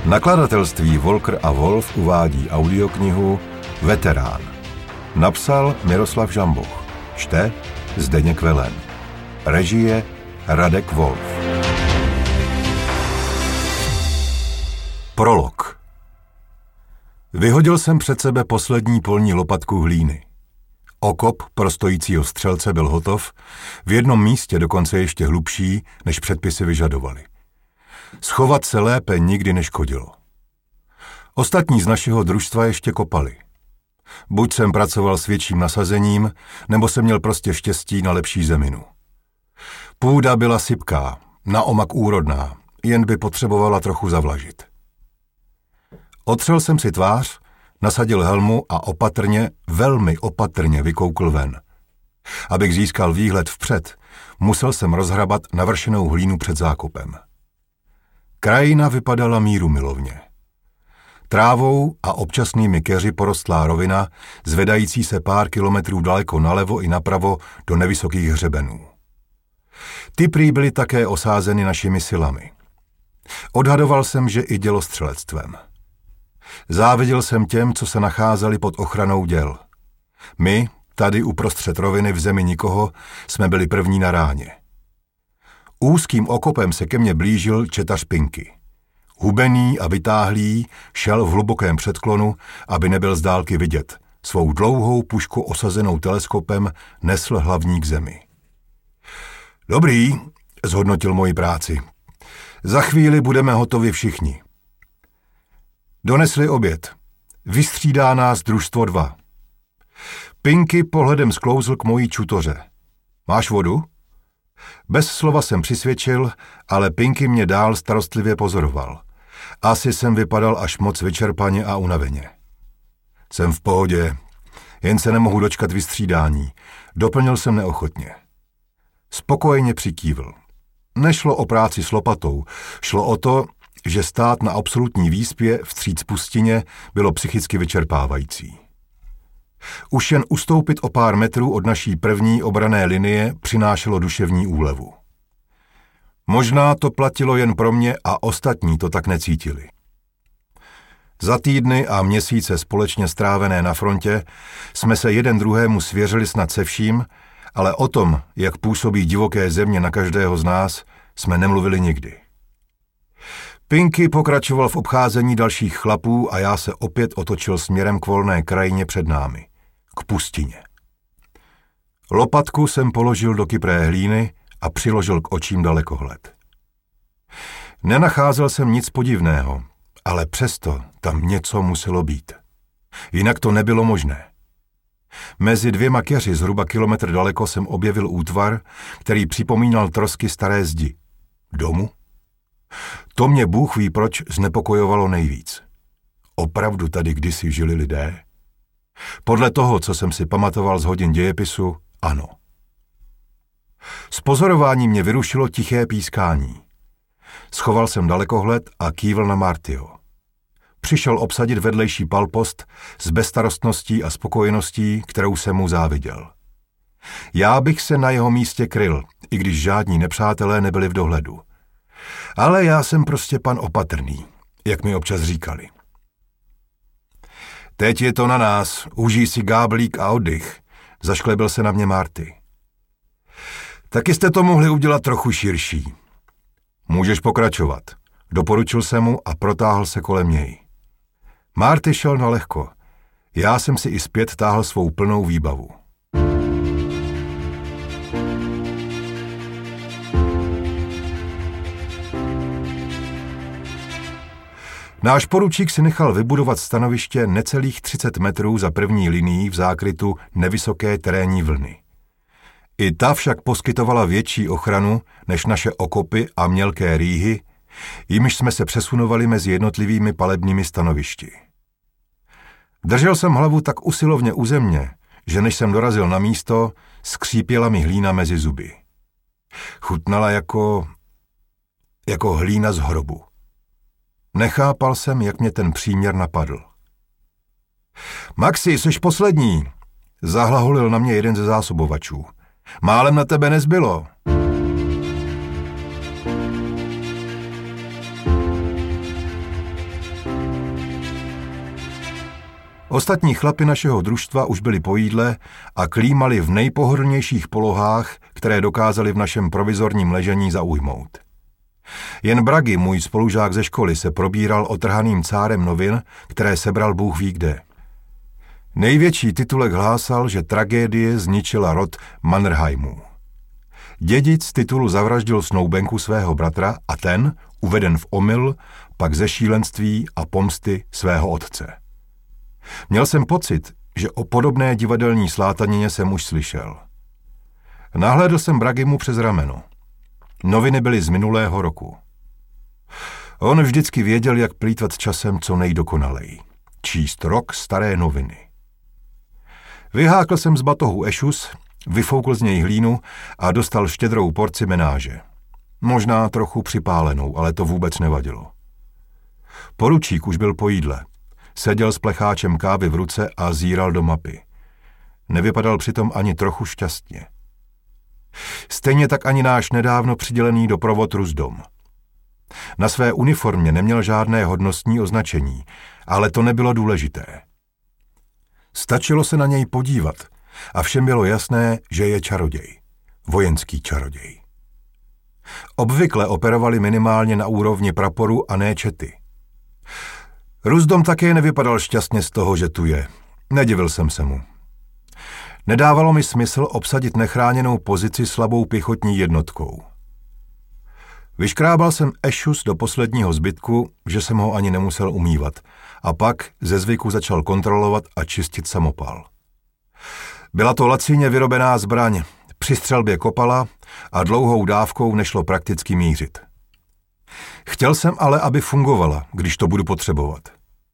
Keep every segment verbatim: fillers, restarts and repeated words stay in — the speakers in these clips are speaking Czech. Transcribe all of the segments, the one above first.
Nakladatelství Volker a Wolf uvádí audioknihu Veterán. Napsal Miroslav Žamboch. Čte Zdeněk Velen. Režie Radek Wolf. Prolog. Vyhodil jsem před sebe poslední polní lopatku hlíny. Okop pro stojícího střelce byl hotov, v jednom místě dokonce ještě hlubší, než předpisy vyžadovaly. Schovat se lépe nikdy neškodilo. Ostatní z našeho družstva ještě kopali. Buď jsem pracoval s větším nasazením, nebo jsem měl prostě štěstí na lepší zeminu. Půda byla sypká, naomak úrodná, jen by potřebovala trochu zavlažit. Otřel jsem si tvář, nasadil helmu a opatrně, velmi opatrně vykoukl ven. Abych získal výhled vpřed, musel jsem rozhrabat navršenou hlínu před zákopem. Krajina vypadala mírumilovně. Trávou a občasnými keři porostlá rovina, zvedající se pár kilometrů daleko nalevo i napravo do nevysokých hřebenů. Ty prý byly také osázeny našimi silami. Odhadoval jsem, že i dělostřelectvem. Záviděl jsem těm, co se nacházeli pod ochranou děl. My, tady uprostřed roviny v zemi nikoho, jsme byli první na ráně. Úzkým okopem se ke mně blížil četař Pinky. Hubený a vytáhlý šel v hlubokém předklonu, aby nebyl z dálky vidět. Svou dlouhou pušku osazenou teleskopem nesl hlavní k zemi. Dobrý, zhodnotil moji práci. Za chvíli budeme hotovi všichni. Donesli oběd. Vystřídá nás družstvo dva. Pinky pohledem sklouzl k mojí čutoře. Máš vodu? Bez slova jsem přisvědčil, ale Pinky mě dál starostlivě pozoroval. Asi jsem vypadal až moc vyčerpaně a unaveně. Jsem v pohodě, jen se nemohu dočkat vystřídání. Doplnil jsem neochotně. Spokojeně přikývl. Nešlo o práci s lopatou, šlo o to, že stát na absolutní výspě vstříc pustině bylo psychicky vyčerpávající. Už jen ustoupit o pár metrů od naší první obranné linie přinášelo duševní úlevu. Možná to platilo jen pro mě a ostatní to tak necítili. Za týdny a měsíce společně strávené na frontě jsme se jeden druhému svěřili snad se vším, ale o tom, jak působí divoké země na každého z nás, jsme nemluvili nikdy. Pinky pokračoval v obcházení dalších chlapů a já se opět otočil směrem k volné krajině před námi, k pustině. Lopatku jsem položil do kypré hlíny a přiložil k očím dalekohled. Nenacházel jsem nic podivného, ale přesto tam něco muselo být. Jinak to nebylo možné. Mezi dvěma keři zhruba kilometr daleko jsem objevil útvar, který připomínal trosky staré zdi. Domu? To mě Bůh ví proč znepokojovalo nejvíc. Opravdu tady kdysi žili lidé? Podle toho, co jsem si pamatoval z hodin dějepisu, ano. Z pozorování mě vyrušilo tiché pískání. Schoval jsem dalekohled a kývl na Martyho. Přišel obsadit vedlejší palpost s bezstarostností a spokojeností, kterou jsem mu záviděl. Já bych se na jeho místě kryl, i když žádní nepřátelé nebyli v dohledu. Ale já jsem prostě pan opatrný, jak mi občas říkali. Teď je to na nás, užij si gáblík a oddych, zašklebil se na mě Marty. Taky jste to mohli udělat trochu širší. Můžeš pokračovat, doporučil jsem mu a protáhl se kolem něj. Marty šel nalehko, já jsem si i zpět táhl svou plnou výbavu. Náš poručík si nechal vybudovat stanoviště necelých třicet metrů za první linií v zákrytu nevysoké terénní vlny. I ta však poskytovala větší ochranu než naše okopy a mělké rýhy, jimiž jsme se přesunovali mezi jednotlivými palebními stanovišti. Držel jsem hlavu tak usilovně u země, že než jsem dorazil na místo, skřípěla mi hlína mezi zuby. Chutnala jako... jako hlína z hrobu. Nechápal jsem, jak mě ten příměr napadl. Maxi, jsi poslední, zahlaholil na mě jeden ze zásobovačů. Málem na tebe nezbylo. Ostatní chlapi našeho družstva už byli po jídle a klímali v nejpohodlnějších polohách, které dokázali v našem provizorním ležení zaujmout. Jen Bragi, můj spolužák ze školy, se probíral otrhaným cárem novin, které sebral Bůh ví kde. Největší titulek hlásal, že tragédie zničila rod Mannerheimů. Dědic titulu zavraždil snoubenku svého bratra a ten, uveden v omyl, pak ze šílenství a pomsty svého otce. Měl jsem pocit, že o podobné divadelní slátanině jsem už slyšel. Nahlédl jsem Bragimu přes rameno. Noviny byly z minulého roku. On vždycky věděl, jak plýtvat časem co nejdokonaleji. Číst rok staré noviny. Vyhákl jsem z batohu ešus, vyfoukl z něj hlínu a dostal štědrou porci menáže. Možná trochu připálenou, ale to vůbec nevadilo. Poručík už byl po jídle. Seděl s plecháčem kávy v ruce a zíral do mapy. Nevypadal přitom ani trochu šťastně. Stejně tak ani náš nedávno přidělený doprovod Rusdom. Na své uniformě neměl žádné hodnostní označení, ale to nebylo důležité. Stačilo se na něj podívat a všem bylo jasné, že je čaroděj. Vojenský čaroděj. Obvykle operovali minimálně na úrovni praporu a ne čety. Rusdom také nevypadal šťastně z toho, že tu je. Nedivil jsem se mu. Nedávalo mi smysl obsadit nechráněnou pozici slabou pěchotní jednotkou. Vyškrábal jsem ešus do posledního zbytku, že jsem ho ani nemusel umývat, a pak ze zvyku začal kontrolovat a čistit samopal. Byla to lacině vyrobená zbraň, při střelbě kopala a dlouhou dávkou nešlo prakticky mířit. Chtěl jsem ale, aby fungovala, když to budu potřebovat.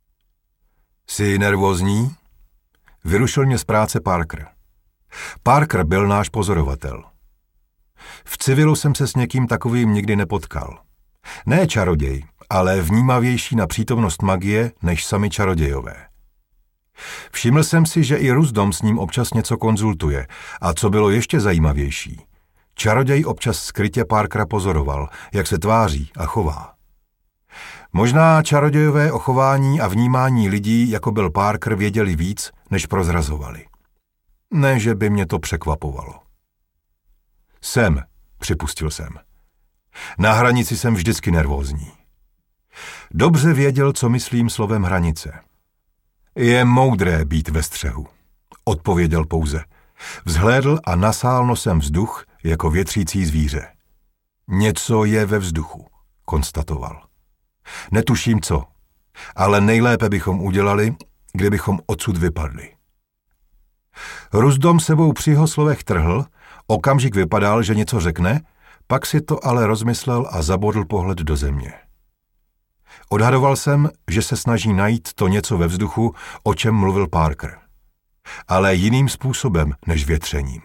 Jsi nervózní? Vyrušil mě z práce Parker. Parker byl náš pozorovatel. V civilu jsem se s někým takovým nikdy nepotkal. Ne čaroděj, ale vnímavější na přítomnost magie než sami čarodějové. Všiml jsem si, že i Rusdom s ním občas něco konzultuje a co bylo ještě zajímavější, čaroděj občas skrytě Parkera pozoroval, jak se tváří a chová. Možná čarodějové o chování a vnímání lidí, jako byl Parker, věděli víc, než prozrazovali. Ne, že by mě to překvapovalo. Jsem, připustil jsem. Na hranici jsem vždycky nervózní. Dobře věděl, co myslím slovem hranice. Je moudré být ve střehu, odpověděl pouze. Vzhlédl a nasál nosem vzduch jako větřící zvíře. Něco je ve vzduchu, konstatoval. Netuším co, ale nejlépe bychom udělali, kdybychom odsud vypadli. Rusdom sebou při jeho slovech trhl, okamžik vypadal, že něco řekne, pak si to ale rozmyslel a zabodl pohled do země. Odhadoval jsem, že se snaží najít to něco ve vzduchu, o čem mluvil Parker. Ale jiným způsobem než větřením.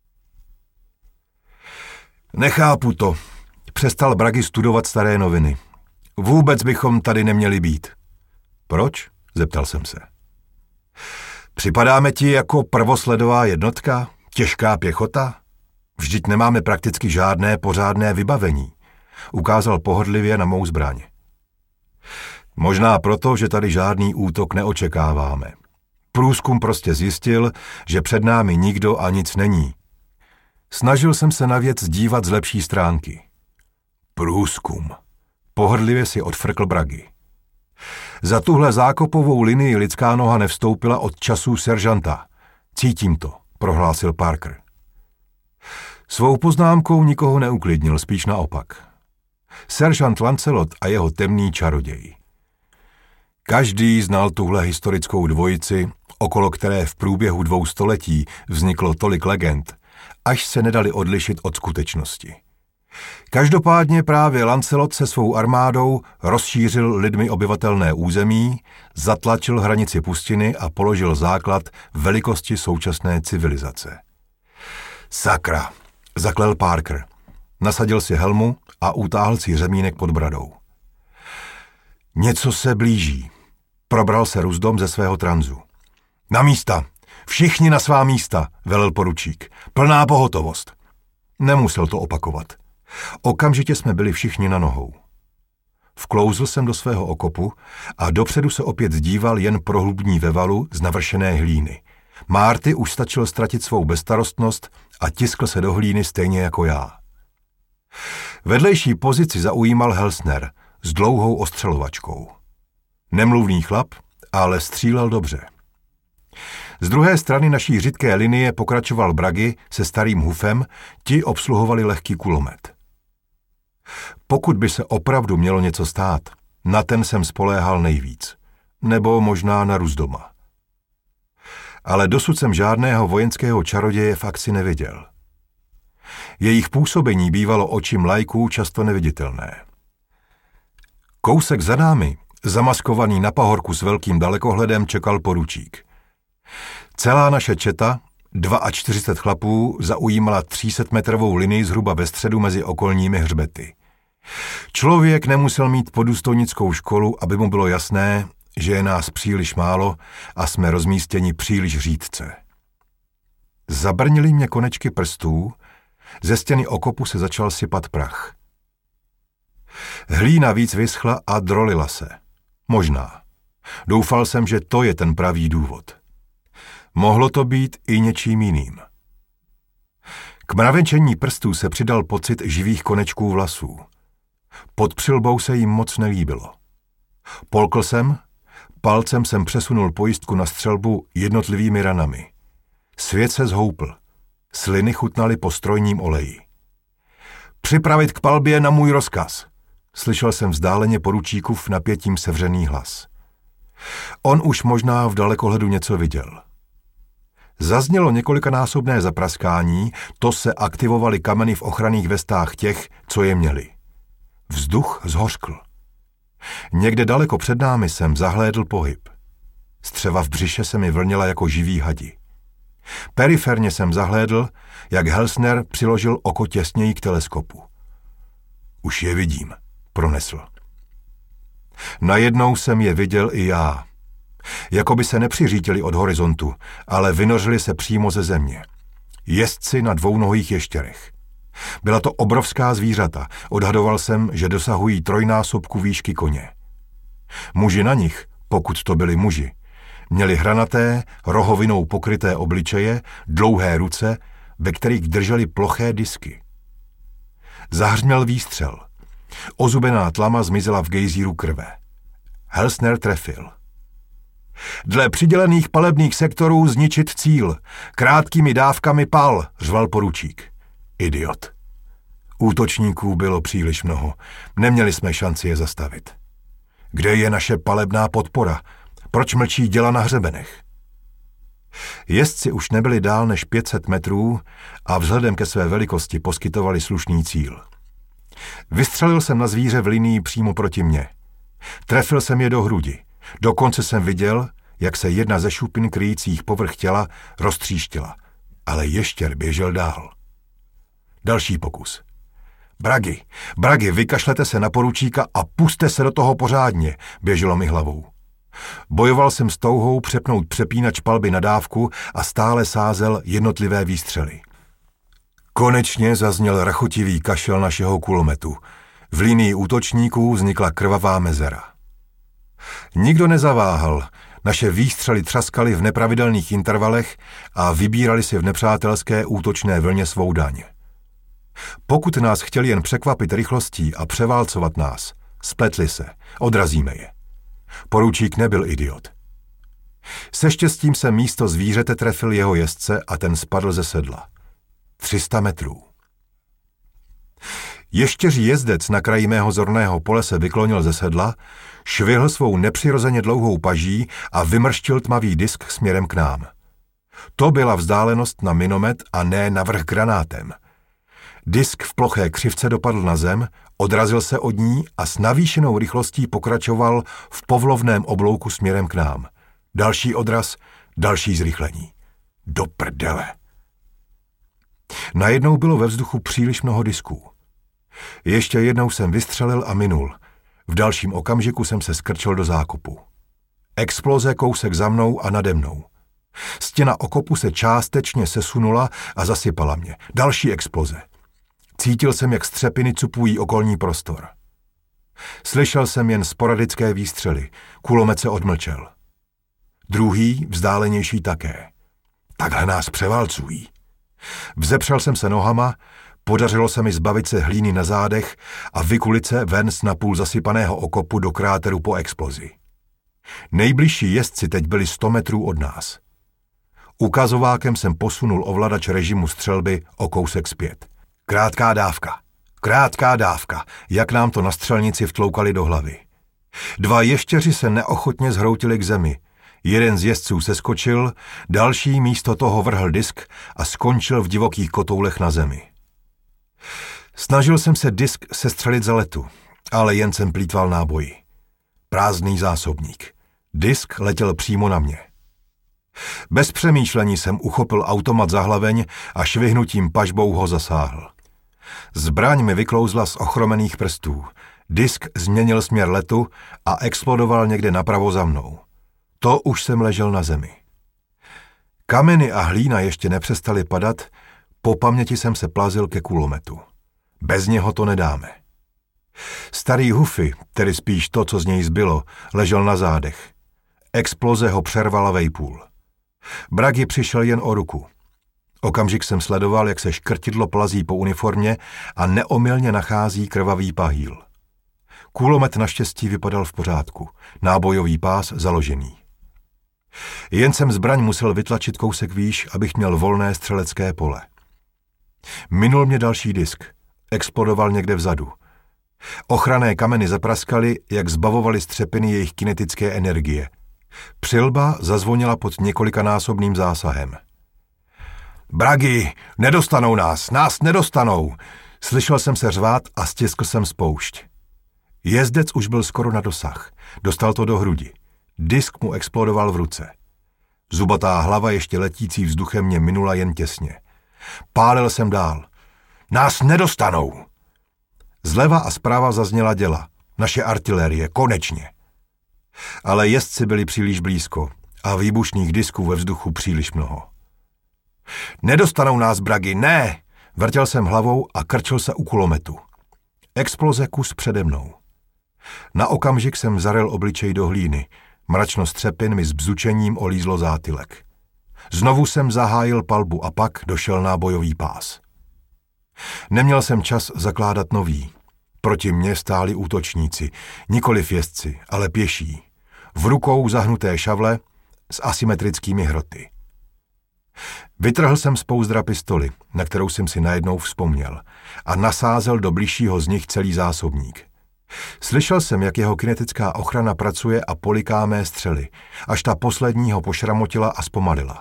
Nechápu to. Přestal Bragi studovat staré noviny. Vůbec bychom tady neměli být. Proč? Zeptal jsem se. Připadáme ti jako prvosledová jednotka? Těžká pěchota? Vždyť nemáme prakticky žádné pořádné vybavení. Ukázal pohodlivě na mou zbraň. Možná proto, že tady žádný útok neočekáváme. Průzkum prostě zjistil, že před námi nikdo a nic není. Snažil jsem se na věc dívat z lepší stránky. Průzkum. Pohodlivě si odfrkl Bragi. Za tuhle zákopovou linii lidská noha nevstoupila od časů seržanta. Cítím to, prohlásil Parker. Svou poznámkou nikoho neuklidnil, spíš naopak. Seržant Lancelot a jeho temný čaroděj. Každý znal tuhle historickou dvojici, okolo které v průběhu dvou století vzniklo tolik legend, až se nedali odlišit od skutečnosti. Každopádně právě Lancelot se svou armádou rozšířil lidmi obyvatelné území, zatlačil hranici pustiny a položil základ velikosti současné civilizace. Sakra, zaklel Parker. Nasadil si helmu a utáhl si řemínek pod bradou. Něco se blíží. Probral se Rusdom ze svého tranzu. Na místa! Všichni na svá místa, velel poručík. Plná pohotovost. Nemusel to opakovat. Okamžitě jsme byli všichni na nohou. Vklouzl jsem do svého okopu a dopředu se opět díval jen prohlubní ve valu z navršené hlíny. Márty už stačil ztratit svou bezstarostnost a tiskl se do hlíny stejně jako já. Vedlejší pozici zaujímal Helsner s dlouhou ostřelovačkou. Nemluvný chlap, ale střílel dobře. Z druhé strany naší řidké linie pokračoval Bragi se starým hufem, ti obsluhovali lehký kulomet. Pokud by se opravdu mělo něco stát, na ten jsem spoléhal nejvíc. Nebo možná na Ruzdoma. Ale dosud jsem žádného vojenského čaroděje v akci neviděl. Jejich působení bývalo očím laiků často neviditelné. Kousek za námi, zamaskovaný na pahorku s velkým dalekohledem, čekal poručík. Celá naše četa, čtyřicet dva chlapů, zaujímala třísetmetrovou linii zhruba ve středu mezi okolními hřbety. Člověk nemusel mít podůstojnickou školu, aby mu bylo jasné, že je nás příliš málo a jsme rozmístěni příliš řídce. Zabrnily mě konečky prstů, ze stěny okopu se začal sypat prach. Hlína víc vyschla a drolila se. Možná. Doufal jsem, že to je ten pravý důvod. Mohlo to být i něčím jiným. K mravenčení prstů se přidal pocit živých konečků vlasů. Pod přilbou se jim moc nelíbilo. Polkl jsem, palcem jsem přesunul pojistku na střelbu jednotlivými ranami. Svět se zhoupl. Sliny chutnaly po strojním oleji. Připravit k palbě na můj rozkaz, slyšel jsem vzdáleně poručíkův napětím sevřený hlas. On už možná v dalekohledu něco viděl. Zaznělo několikanásobné zapraskání, to se aktivovaly kameny v ochranných vestách těch, co je měli. Vzduch zhořkl. Někde daleko před námi jsem zahlédl pohyb. Střeva v břiše se mi vlnila jako živí hadi. Periferně jsem zahlédl, jak Helsner přiložil oko těsněji k teleskopu. Už je vidím, pronesl. Najednou jsem je viděl i já. Jakoby se nepřiřítili od horizontu, ale vynořili se přímo ze země. Jezdci na dvounohých ještěrech. Byla to obrovská zvířata, odhadoval jsem, že dosahují trojnásobku výšky koně. Muži na nich, pokud to byli muži, měli hranaté, rohovinou pokryté obličeje, dlouhé ruce, ve kterých drželi ploché disky. Zahřměl výstřel. Ozubená tlama zmizela v gejzíru krve. Helsner trefil. Dle přidělených palebných sektorů zničit cíl. Krátkými dávkami pal, řval poručík. Idiot. Útočníků bylo příliš mnoho. Neměli jsme šanci je zastavit. Kde je naše palebná podpora? Proč mlčí děla na hřebenech? Jezdci už nebyli dál než pět set metrů a vzhledem ke své velikosti poskytovali slušný cíl. Vystřelil jsem na zvíře v linii přímo proti mně. Trefil jsem je do hrudi. Dokonce jsem viděl, jak se jedna ze šupin kryjících povrch těla roztříštila, ale ještěr běžel dál. Další pokus. Bragi, Bragi, vykašlete se na poručíka a puste se do toho pořádně, běželo mi hlavou. Bojoval jsem s touhou přepnout přepínač palby na dávku a stále sázel jednotlivé výstřely. Konečně zazněl rachotivý kašel našeho kulometu. V linii útočníků vznikla krvavá mezera. Nikdo nezaváhal, naše výstřely třaskaly v nepravidelných intervalech a vybírali si v nepřátelské útočné vlně svou daň. Pokud nás chtěli jen překvapit rychlostí a převálcovat nás, spletli se, odrazíme je. Poručík nebyl idiot. Se štěstím se místo zvířete trefil jeho jezdce a ten spadl ze sedla. tři sta metrů. Ještěří jezdec na kraji mého zorného pole se vyklonil ze sedla, švihl svou nepřirozeně dlouhou paží a vymrštil tmavý disk směrem k nám. To byla vzdálenost na minomet a ne navrch granátem. Disk v ploché křivce dopadl na zem, odrazil se od ní a s navýšenou rychlostí pokračoval v povlovném oblouku směrem k nám. Další odraz, další zrychlení. Do prdele. Najednou bylo ve vzduchu příliš mnoho disků. Ještě jednou jsem vystřelil a minul. V dalším okamžiku jsem se skrčil do zákopu. Exploze kousek za mnou a nade mnou. Stěna okopu se částečně sesunula a zasypala mě. Další exploze. Cítil jsem, jak střepiny cupují okolní prostor. Slyšel jsem jen sporadické výstřely, kulomet se odmlčel. Druhý, vzdálenější také. Takhle nás převálcují. Vzepřel jsem se nohama, podařilo se mi zbavit se hlíny na zádech a vykulit se ven z napůl zasypaného okopu do kráteru po explozi. Nejbližší jezdci teď byli sto metrů od nás. Ukazovákem jsem posunul ovladač režimu střelby o kousek zpět. Krátká dávka, krátká dávka, jak nám to na střelnici vtloukali do hlavy. Dva ještěři se neochotně zhroutili k zemi. Jeden z jezdců seskočil, další místo toho vrhl disk a skončil v divokých kotoulech na zemi. Snažil jsem se disk sestřelit za letu, ale jen jsem plýtval náboji. Prázdný zásobník. Disk letěl přímo na mě. Bez přemýšlení jsem uchopil automat za hlaveň a švihnutím pažbou ho zasáhl. Zbraň mi vyklouzla z ochromených prstů. Disk změnil směr letu a explodoval někde napravo za mnou. To už jsem ležel na zemi. Kameny a hlína ještě nepřestaly padat, po paměti jsem se plazil ke kulometu. Bez něho to nedáme. Starý Huffy, tedy spíš to, co z něj zbylo, ležel na zádech. Exploze ho přervala vejpůl. Bragi přišel jen o ruku. Okamžik jsem sledoval, jak se škrtidlo plazí po uniformě a neomylně nachází krvavý pahýl. Kulomet naštěstí vypadal v pořádku, nábojový pás založený. Jen jsem zbraň musel vytlačit kousek výš, abych měl volné střelecké pole. Minul mě další disk. Explodoval někde vzadu. Ochranné kameny zapraskaly, jak zbavovaly střepiny jejich kinetické energie. Přilba zazvonila pod několikanásobným zásahem. Bragi, nedostanou nás, nás nedostanou! Slyšel jsem se řvát a stiskl jsem spoušť. Jezdec už byl skoro na dosah. Dostal to do hrudi. Disk mu explodoval v ruce. Zubatá hlava ještě letící vzduchem mě minula jen těsně. Pálil jsem dál. Nás nedostanou! Zleva a zprava zazněla děla. Naše artilérie, konečně. Ale jezdci byli příliš blízko a výbušných disků ve vzduchu příliš mnoho. Nedostanou nás, Bragi, ne! Vrtěl jsem hlavou a krčil se u kulometu. Exploze kus přede mnou. Na okamžik jsem zaril obličej do hlíny. Mračno střepin mi s bzučením olízlo zátylek. Znovu jsem zahájil palbu a pak došel nábojový pás. Neměl jsem čas zakládat nový. Proti mně stáli útočníci, nikoliv jezdci, ale pěší. V rukou zahnuté šavle s asymetrickými hroty. Vytrhl jsem z pouzdra pistoli, na kterou jsem si najednou vzpomněl, a nasázel do bližšího z nich celý zásobník. Slyšel jsem, jak jeho kinetická ochrana pracuje a poliká mé střely, až ta poslední ho pošramotila a zpomalila.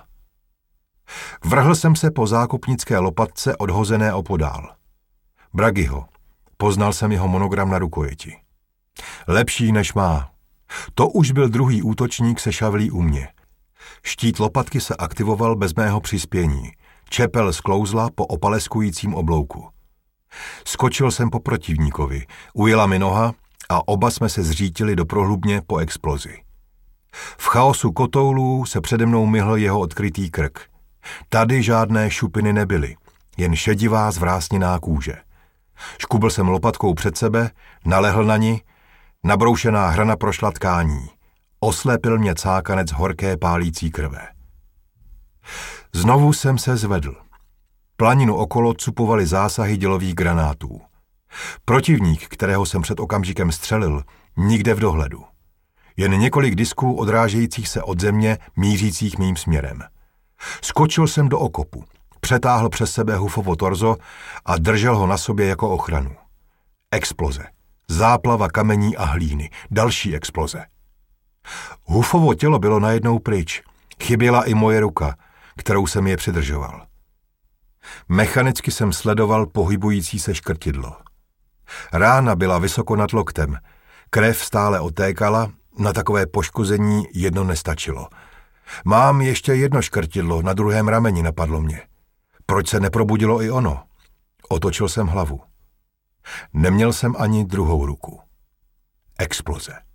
Vrhl jsem se po zákupnické lopatce odhozené opodál. Bragiho. Poznal jsem jeho monogram na rukojeti. Lepší než má. To už byl druhý útočník se šavlí u mě. Štít lopatky se aktivoval bez mého přispění. Čepel sklouzla po opaleskujícím oblouku. Skočil jsem po protivníkovi, ujela mi noha a oba jsme se zřítili do prohlubně po explozi. V chaosu kotoulů se přede mnou myhl jeho odkrytý krk. Tady žádné šupiny nebyly, jen šedivá zvrásněná kůže. Škubl jsem lopatkou před sebe, nalehl na ni, nabroušená hrana prošla tkání. Oslepil mě cákanec horké pálící krve. Znovu jsem se zvedl. Planinu okolo cupovaly zásahy dělových granátů. Protivník, kterého jsem před okamžikem střelil, nikde v dohledu. Jen několik disků odrážejících se od země, mířících mým směrem. Skočil jsem do okopu, přetáhl přes sebe Huffovo torzo a držel ho na sobě jako ochranu. Exploze. Záplava kamení a hlíny. Další exploze. Huffovo tělo bylo najednou pryč. Chyběla i moje ruka, kterou jsem je přidržoval. Mechanicky jsem sledoval pohybující se škrtidlo. Rána byla vysoko nad loktem. Krev stále otékala, na takové poškození jedno nestačilo. Mám ještě jedno škrtidlo na druhém rameni, napadlo mě. Proč se neprobudilo i ono? Otočil jsem hlavu. Neměl jsem ani druhou ruku. Exploze.